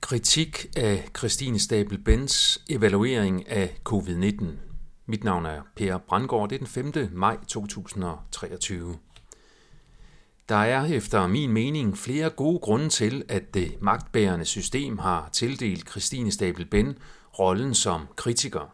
Kritik af Christine Stabel-Bens evaluering af covid-19. Mit navn er Per Brandgaard. Det er den 5. maj 2023. Der er efter min mening flere gode grunde til, at det magtbærende system har tildelt Christine Stabel-Ben rollen som kritiker.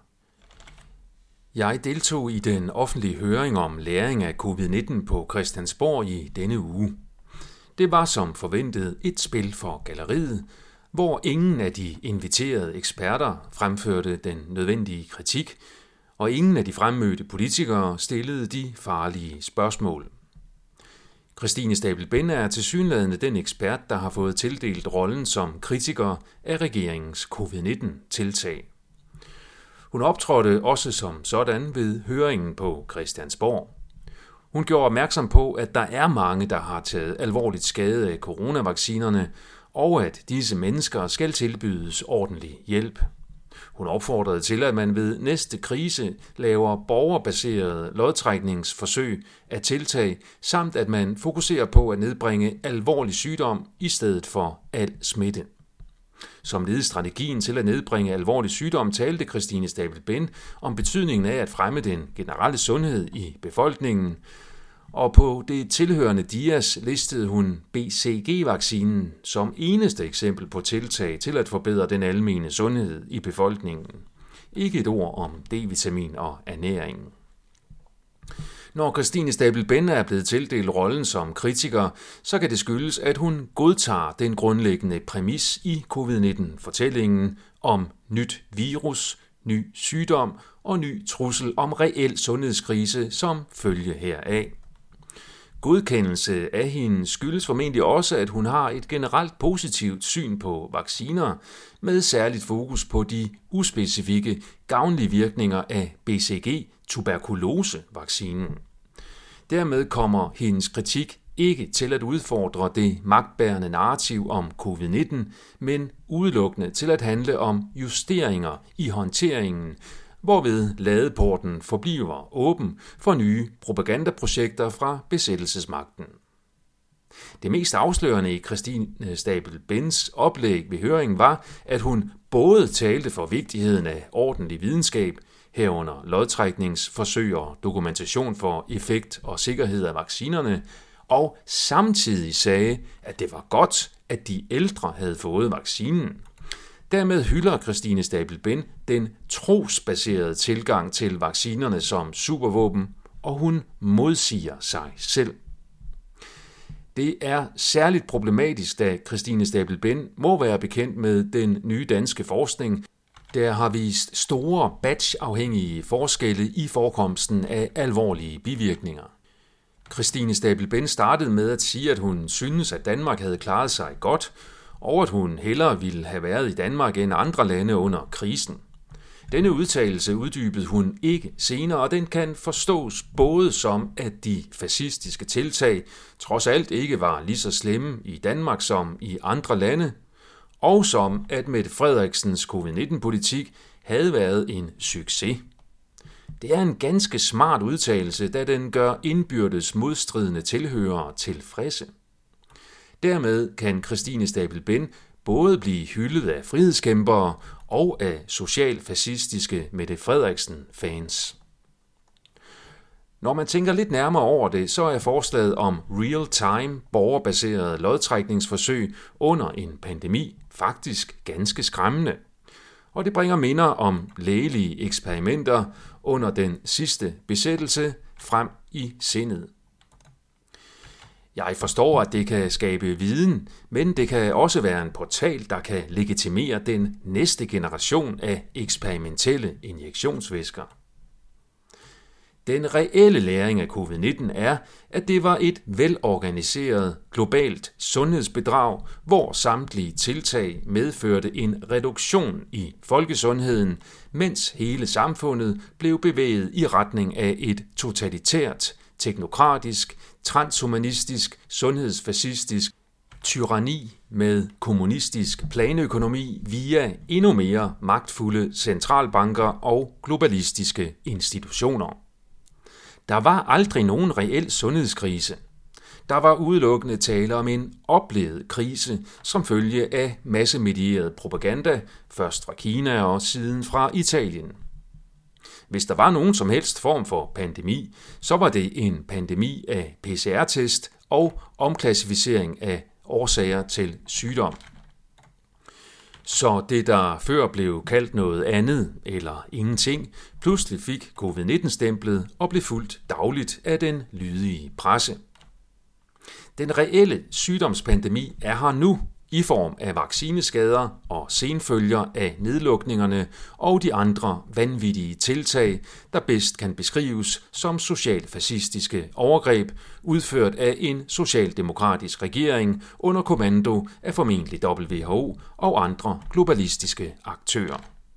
Jeg deltog i den offentlige høring om læring af covid-19 på Christiansborg i denne uge. Det var som forventet et spil for galleriet, hvor ingen af de inviterede eksperter fremførte den nødvendige kritik, og ingen af de fremmødte politikere stillede de farlige spørgsmål. Christine Stabel-Ben er tilsyneladende den ekspert, der har fået tildelt rollen som kritiker af regeringens covid-19-tiltag. Hun optrådte også som sådan ved høringen på Christiansborg. Hun gjorde opmærksom på, at der er mange, der har taget alvorligt skade af coronavaccinerne, og at disse mennesker skal tilbydes ordentlig hjælp. Hun opfordrede til, at man ved næste krise laver borgerbaserede lodtrækningsforsøg af tiltag, samt at man fokuserer på at nedbringe alvorlig sygdom i stedet for al smitte. Som led i strategien til at nedbringe alvorlig sygdom talte Christine Stabel-Ben om betydningen af at fremme den generelle sundhed i befolkningen, og på det tilhørende DIAS listede hun BCG-vaccinen som eneste eksempel på tiltag til at forbedre den almene sundhed i befolkningen. Ikke et ord om D-vitamin og ernæring. Når Christine Stabel-Ben er blevet tildelt rollen som kritiker, så kan det skyldes, at hun godtager den grundlæggende præmis i covid-19-fortællingen om nyt virus, ny sygdom og ny trussel om reel sundhedskrise som følge heraf. Godkendelse af hende skyldes formentlig også, at hun har et generelt positivt syn på vacciner, med særligt fokus på de uspecifikke gavnlige virkninger af BCG-tuberkulosevaccinen. Dermed kommer hendes kritik ikke til at udfordre det magtbærende narrativ om covid-19, men udelukkende til at handle om justeringer i håndteringen, hvorved ladeporten forbliver åben for nye propagandaprojekter fra besættelsesmagten. Det mest afslørende i Christine Stabel-Bens oplæg ved høringen var, at hun både talte for vigtigheden af ordentlig videnskab, herunder lodtrækningsforsøg og dokumentation for effekt og sikkerhed af vaccinerne, og samtidig sagde, at det var godt, at de ældre havde fået vaccinen. Dermed hylder Christine Stabel-Ben den trosbaserede tilgang til vaccinerne som supervåben, og hun modsiger sig selv. Det er særligt problematisk, da Christine Stabel-Ben må være bekendt med den nye danske forskning, der har vist store batchafhængige forskelle i forekomsten af alvorlige bivirkninger. Christine Stabel-Ben startede med at sige, at hun synes, at Danmark havde klaret sig godt, og at hun hellere ville have været i Danmark end andre lande under krisen. Denne udtalelse uddybede hun ikke senere, og den kan forstås både som, at de fascistiske tiltag trods alt ikke var lige så slemme i Danmark som i andre lande, og som, at Mette Frederiksens covid-19-politik havde været en succes. Det er en ganske smart udtalelse, da den gør indbyrdes modstridende tilhørere tilfredse. Dermed kan Christine Stabel-Ben både blive hyldet af frihedskæmpere og af socialfascistiske Mette Frederiksen-fans. Når man tænker lidt nærmere over det, så er forslaget om real-time borgerbaseret lodtrækningsforsøg under en pandemi faktisk ganske skræmmende. Og det bringer minder om lægelige eksperimenter under den sidste besættelse frem i sindet. Jeg forstår, at det kan skabe viden, men det kan også være en portal, der kan legitimere den næste generation af eksperimentelle injektionsvæsker. Den reelle læring af covid-19 er, at det var et velorganiseret globalt sundhedsbedrag, hvor samtlige tiltag medførte en reduktion i folkesundheden, mens hele samfundet blev bevæget i retning af et totalitært, teknokratisk, transhumanistisk, sundhedsfascistisk tyranni med kommunistisk planøkonomi via endnu mere magtfulde centralbanker og globalistiske institutioner. Der var aldrig nogen reel sundhedskrise. Der var udelukkende tale om en oplevet krise som følge af massemedieret propaganda, først fra Kina og siden fra Italien. Hvis der var nogen som helst form for pandemi, så var det en pandemi af PCR-test og omklassificering af årsager til sygdom. Så det, der før blev kaldt noget andet eller ingenting, pludselig fik covid-19-stemplet og blev fulgt dagligt af den lydige presse. Den reelle sygdomspandemi er her nu i form af vaccineskader og senfølger af nedlukningerne og de andre vanvittige tiltag, der bedst kan beskrives som socialfascistiske overgreb, udført af en socialdemokratisk regering under kommando af formentlig WHO og andre globalistiske aktører.